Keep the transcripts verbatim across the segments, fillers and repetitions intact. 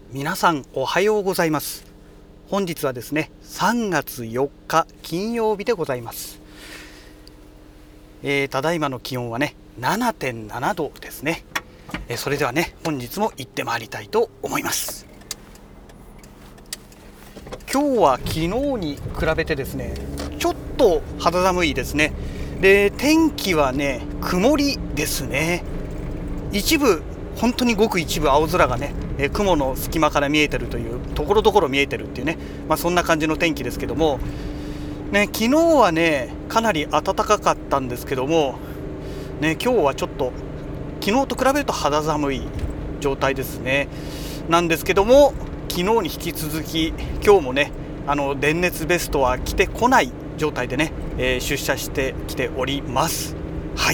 皆さんおはようございます。本日はですねさんがつよっか金曜日でございます。えー、ただいまの気温はね ななてんななどですね。えー、それではね本日も行ってまいりたいと思います。今日は昨日に比べてですねちょっと肌寒いですね。で天気はね曇りですね。一部本当にごく一部青空がね、えー、雲の隙間から見えてるというところどころ見えてるっていうね、まあ、そんな感じの天気ですけども、ね、昨日はねかなり暖かかったんですけども、ね、今日はちょっと昨日と比べると肌寒い状態ですね。なんですけども昨日に引き続き今日もねあの電熱ベストは着てこない状態でね、えー、出社してきております。はい。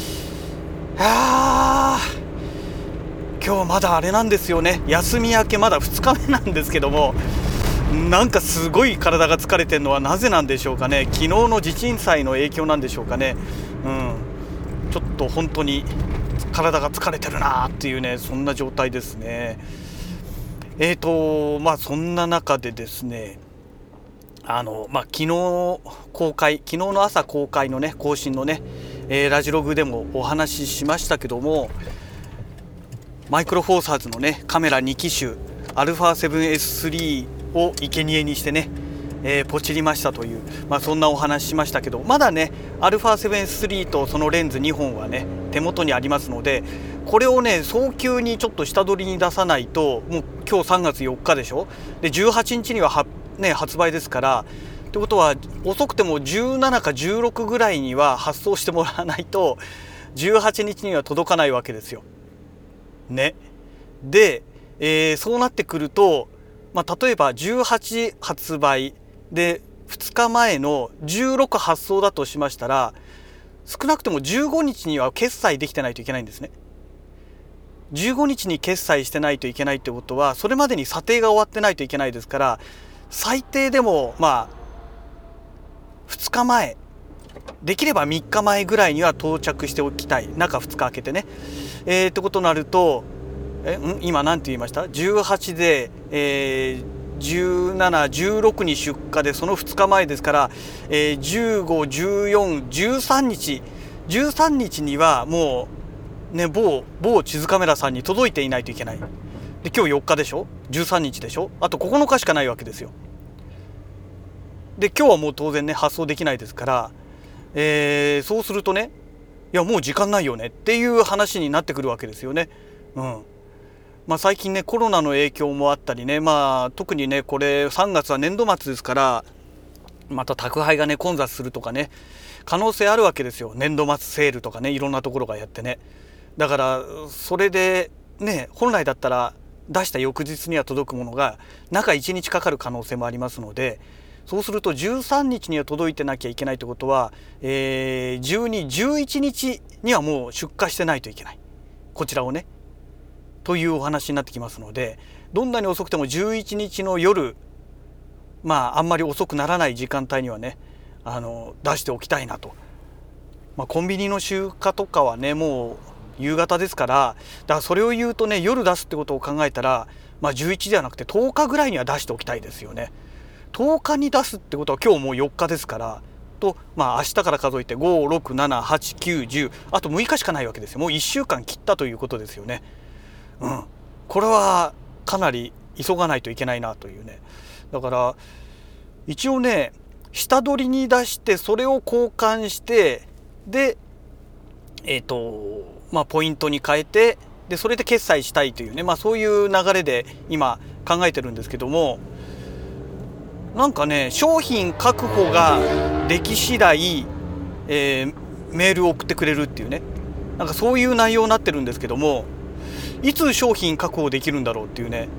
あー今日まだあれなんですよね。休み明けまだふつかめなんですけども、なんかすごい体が疲れてるのはなぜなんでしょうかね。昨日の地震災の影響なんでしょうかね。うん、ちょっと本当に体が疲れてるなっていうね、そんな状態ですね。えーとまあそんな中でですね、あのまあ昨日公開昨日の朝公開のね更新のね、えー、ラジログでもお話ししましたけども、マイクロフォーサーズのねカメラにきしゅ アルファセブンエススリー を生贄にしてね、えー、ポチりましたという、まあ、そんなお話ししましたけど、まだね アルファセブンエススリー とそのレンズにほんはね手元にありますので、これをね早急にちょっと下取りに出さないと、もう今日さんがつよっかでしょ。でじゅうはちにちにはは、ね、発売ですから、ってことは遅くてもじゅうななかじゅうろくぐらいには発送してもらわないとじゅうはちにちには届かないわけですよね。で、えー、そうなってくると、まあ、例えばじゅうはち発売でふつかまえのじゅうろく発送だとしましたら、少なくともじゅうごにちには決済できてないといけないんですね。じゅうごにちに決済してないといけないってことは、それまでに査定が終わってないといけないですから、最低でもまあふつかまえ、できればみっかまえぐらいには到着しておきたい。中ふつか空けてね。えー、ってことになると、えん今何て言いました ?じゅうはち で、えー、じゅうなな、じゅうろくに出荷でそのふつかまえですから、えー、じゅうご、じゅうよん、じゅうさんにちじゅうさんにちにはもうね某某地図カメラさんに届いていないといけない。で今日よっかでしょ、じゅうさんにちでしょ、あとここのかしかないわけですよ。で今日はもう当然ね発送できないですから、えー、そうするとね、いやもう時間ないよねっていう話になってくるわけですよね。うんまあ、最近ねコロナの影響もあったりね、まあ特にねこれさんがつは年度末ですから、また宅配がね混雑するとかね可能性あるわけですよ。年度末セールとかねいろんなところがやってね。だからそれでね本来だったら出した翌日には届くものが中いちにちかかる可能性もありますので、そうするとじゅうさんにちには届いてなきゃいけないということは、えー、じゅうに、じゅういちにちにはもう出荷してないといけない、こちらをねというお話になってきますので、どんなに遅くてもじゅういちにちの夜、まああんまり遅くならない時間帯にはねあの出しておきたいなと。まあ、コンビニの集荷とかはねもう夕方ですから、だからそれを言うとね夜出すってことを考えたら、まあ、じゅういちではなくてとおかぐらいには出しておきたいですよね。とおかに出すってことは今日もうよっかですからと、まあ明日から数えてご、ろく、なな、はち、きゅう、じゅう、あとむいかしかないわけですよ。もういっしゅうかん切ったということですよね。うん、これはかなり急がないといけないなというね。だから一応ね下取りに出してそれを交換してでえっとまあポイントに変えてでそれで決済したいというね、まあそういう流れで今考えてるんですけども、なんかね商品確保ができ次第、えー、メールを送ってくれるっていうね、なんかそういう内容になってるんですけども、いつ商品確保できるんだろうっていうね。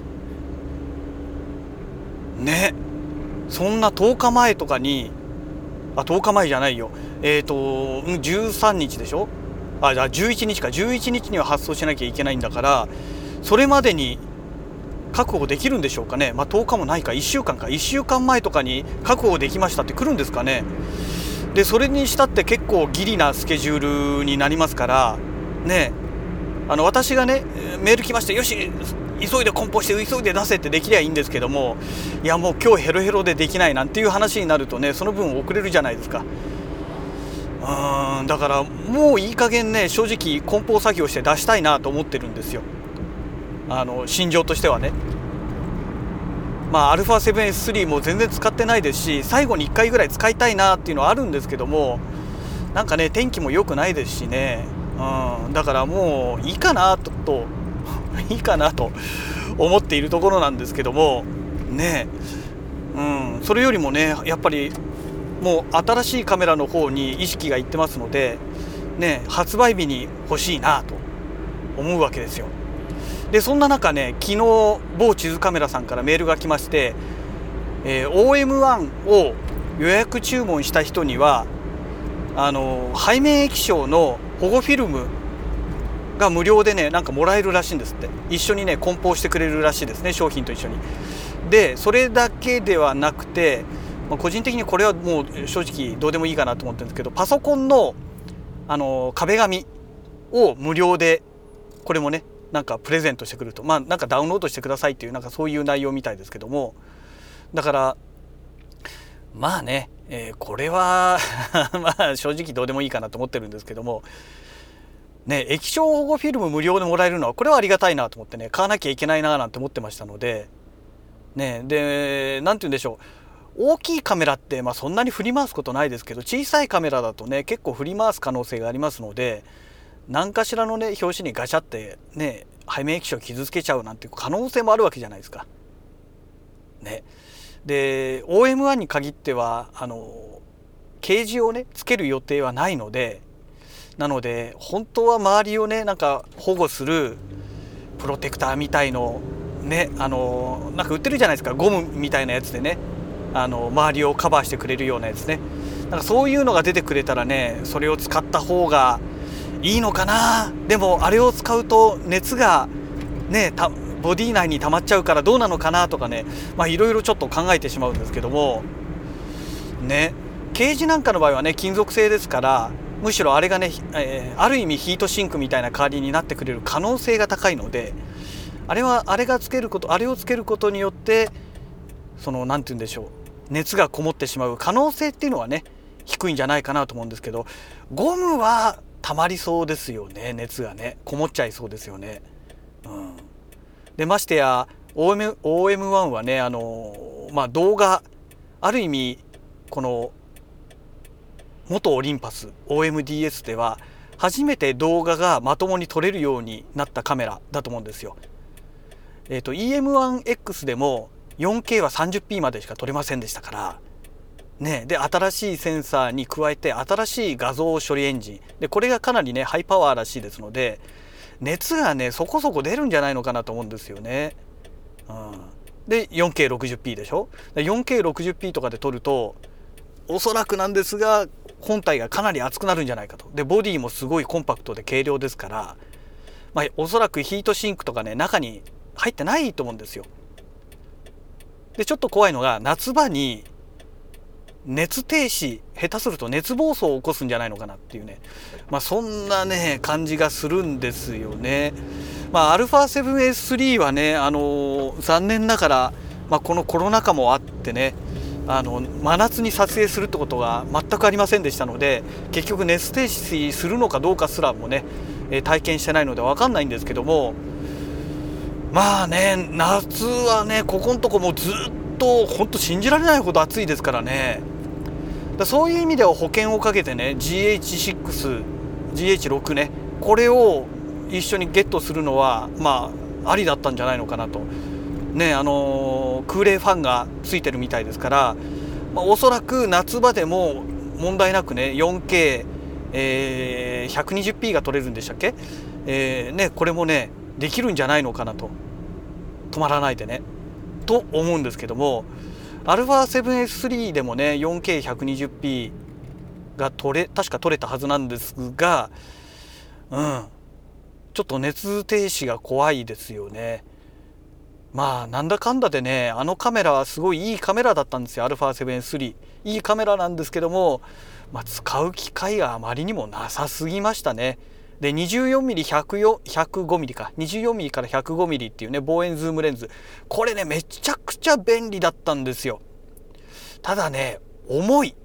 ねそんなとおかまえとかに、あとおかまえじゃないよ、えっとじゅうさんにちでしょ、あじゃあじゅういちにちか、じゅういちにちには発送しなきゃいけないんだから、それまでに確保できるんでしょうかね。まあとおかもないか、いっしゅうかんか、いっしゅうかんまえとかに確保できましたって来るんですかね。でそれにしたって結構ギリなスケジュールになりますからね。あの私がねメール来ました、よし急いで梱包して急いで出せってできりゃいいんですけども、いやもう今日ヘロヘロでできないなんていう話になるとね、その分遅れるじゃないですか。うーんだからもういい加減ね、正直梱包作業して出したいなと思ってるんですよ、あの心情としてはね。まあ アルファセブンエススリー も全然使ってないですし、最後にいっかいぐらい使いたいなっていうのはあるんですけども、なんかね天気も良くないですしね、うん、だからもういいかなとといいかなと思っているところなんですけどもね、うん、それよりもねやっぱりもう新しいカメラの方に意識がいってますので、ね、発売日に欲しいなと思うわけですよ。でそんな中ね、昨日某地図カメラさんからメールが来まして、えー、オーエムワン を予約注文した人にはあの背面液晶の保護フィルムが無料でねなんかもらえるらしいんですって。一緒にね梱包してくれるらしいですね、商品と一緒に。でそれだけではなくて、まあ、個人的にこれはもう正直どうでもいいかなと思ってるんですけど、パソコンのあの壁紙を無料でこれもねなんかプレゼントしてくると、まあなんかダウンロードしてくださいっていうなんかそういう内容みたいですけども、だからまあね、えー、これはまあ正直どうでもいいかなと思ってるんですけどもね、液晶保護フィルム無料でもらえるのはこれはありがたいなと思ってね、買わなきゃいけないななんて思ってましたのでね。でなんて言うんでしょう、大きいカメラってまあそんなに振り回すことないですけど、小さいカメラだとね結構振り回す可能性がありますので、何かしらのね表紙にガチャってね背面液晶を傷つけちゃうなんていう可能性もあるわけじゃないですかね。で オーエムワン に限ってはあのケージをねつける予定はないので、なので本当は周りをねなんか保護するプロテクターみたいのね、あのなんか売ってるじゃないですか、ゴムみたいなやつでね、あの周りをカバーしてくれるようなやつね。なんかそういうのが出てくれたらね、それを使った方がいいのかな。でもあれを使うと熱がねたボディ内に溜まっちゃうからどうなのかなとかね、まあいろいろちょっと考えてしまうんですけどもね。ケージなんかの場合はね金属製ですから、むしろあれがね、えー、ある意味ヒートシンクみたいな代わりになってくれる可能性が高いので、あれはあれがつけることあれをつけることによってそのなんて言うんでしょう、熱がこもってしまう可能性っていうのはね低いんじゃないかなと思うんですけど、ゴムは溜まりそうですよね、熱がねこもっちゃいそうですよね。うん、でましてや オーエムワン はねあのまあ動画ある意味この元オリンパス オーエムディーエス では初めて動画がまともに撮れるようになったカメラだと思うんですよ。えっと イーエムワンエックス でも よんケー は さんじゅっピー までしか撮れませんでしたからね。で新しいセンサーに加えて新しい画像処理エンジンで、これがかなりねハイパワーらしいですので、熱がねそこそこ出るんじゃないのかなと思うんですよね。うん、で よんケーろくじゅっピー でしょ。 よんケーろくじゅっピー とかで撮るとおそらくなんですが本体がかなり熱くなるんじゃないかと。でボディもすごいコンパクトで軽量ですから、まあ、おそらくヒートシンクとかね中に入ってないと思うんですよ。でちょっと怖いのが夏場に熱停止、下手すると熱暴走を起こすんじゃないのかなっていうね、まあそんなね感じがするんですよね。まあ アルファセブンエススリー はねあのー、残念ながら、まあ、このコロナ禍もあってねあの真夏に撮影するってことが全くありませんでしたので、結局熱停止するのかどうかすらもね、えー、体験してないので分かんないんですけども、まあね夏はねここのとこもうずっと本当信じられないほど暑いですからね。だそういう意味では保険をかけてね ジーエイチシックス、ジーエイチシックス ねこれを一緒にゲットするのはまあありだったんじゃないのかなとね。あのー、空冷ファンがついてるみたいですから、まあ、おそらく夏場でも問題なくね よんケー、えー、ひゃくにじゅっピー が撮れるんでしたっけ、えーね、これもねできるんじゃないのかなと、止まらないでねと思うんですけども、アルファセブンエススリー でもね よんケーひゃくにじゅっピー が撮れ確か撮れたはずなんですが、うんちょっと熱停止が怖いですよね。まあなんだかんだでねあのカメラはすごいいいカメラだったんですよ。 アルファセブンエススリー いいカメラなんですけども、まあ、使う機会があまりにもなさすぎましたね。 で にじゅうよんミリ、ひゃくごミリか にじゅうよんミリ から ひゃくごミリ っていうね望遠ズームレンズ、これねめちゃくちゃ便利だったんですよ。ただね重い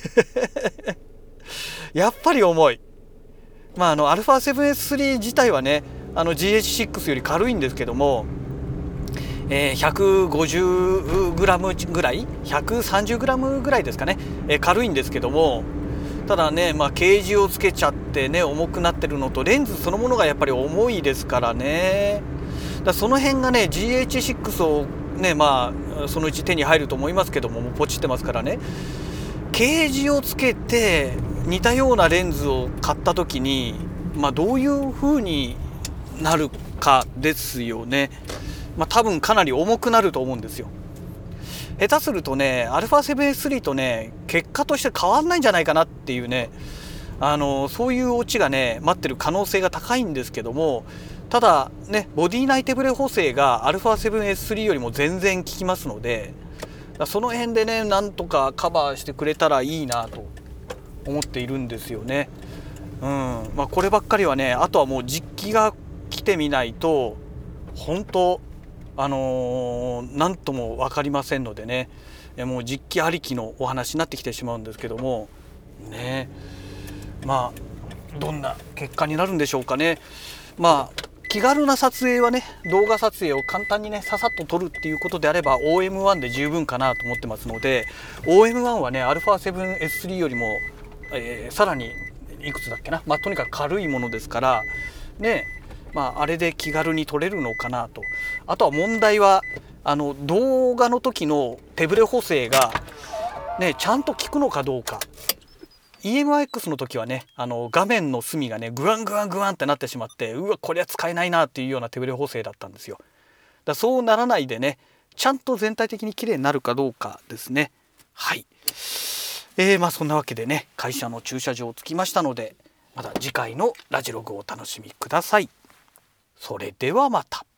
やっぱり重い。まああの アルファセブンエススリー 自体はねあの ジーエイチシックス より軽いんですけども、えー、ひゃくごじゅうグラム ぐらい ひゃくさんじゅうグラム ぐらいですかね、えー、軽いんですけども、ただね、まあ、ケージをつけちゃってね重くなってるのとレンズそのものがやっぱり重いですからね。だその辺がね ジーエイチシックス をねまあそのうち手に入ると思いますけども、もうポチってますからね、ケージをつけて似たようなレンズを買った時に、まあ、どういう風になるかですよね。まあ、多分かなり重くなると思うんですよ。下手するとね アルファセブンエススリー とね結果として変わんないんじゃないかなっていうね、あのそういうオチがね待ってる可能性が高いんですけども、ただねボディ内手ブレ補正が アルファセブンエススリー よりも全然効きますので、その辺でねなんとかカバーしてくれたらいいなと思っているんですよね。うんまあ、こればっかりはねあとはもう実機が来てみないと本当あのー、なんとも分かりませんのでね、もう実機ありきのお話になってきてしまうんですけどもね、まあどんな結果になるんでしょうかね。まあ気軽な撮影はね動画撮影を簡単にねささっと撮るっていうことであれば オーエムワン で十分かなと思ってますので、 オーエムワン はね アルファセブンエススリー よりも、えー、さらにいくつだっけな、まあとにかく軽いものですからね、まああれで気軽に撮れるのかなと。あとは問題はあの動画の時の手ブレ補正がねちゃんと効くのかどうか。 イーエムアイエックス の時はねあの画面の隅がねグワングワングワンってなってしまって、うわこれは使えないなっていうような手ブレ補正だったんですよ。だそうならないでねちゃんと全体的に綺麗になるかどうかですね。はい、えー、まあそんなわけでね会社の駐車場着きましたので、また次回のラジログをお楽しみください。それではまた。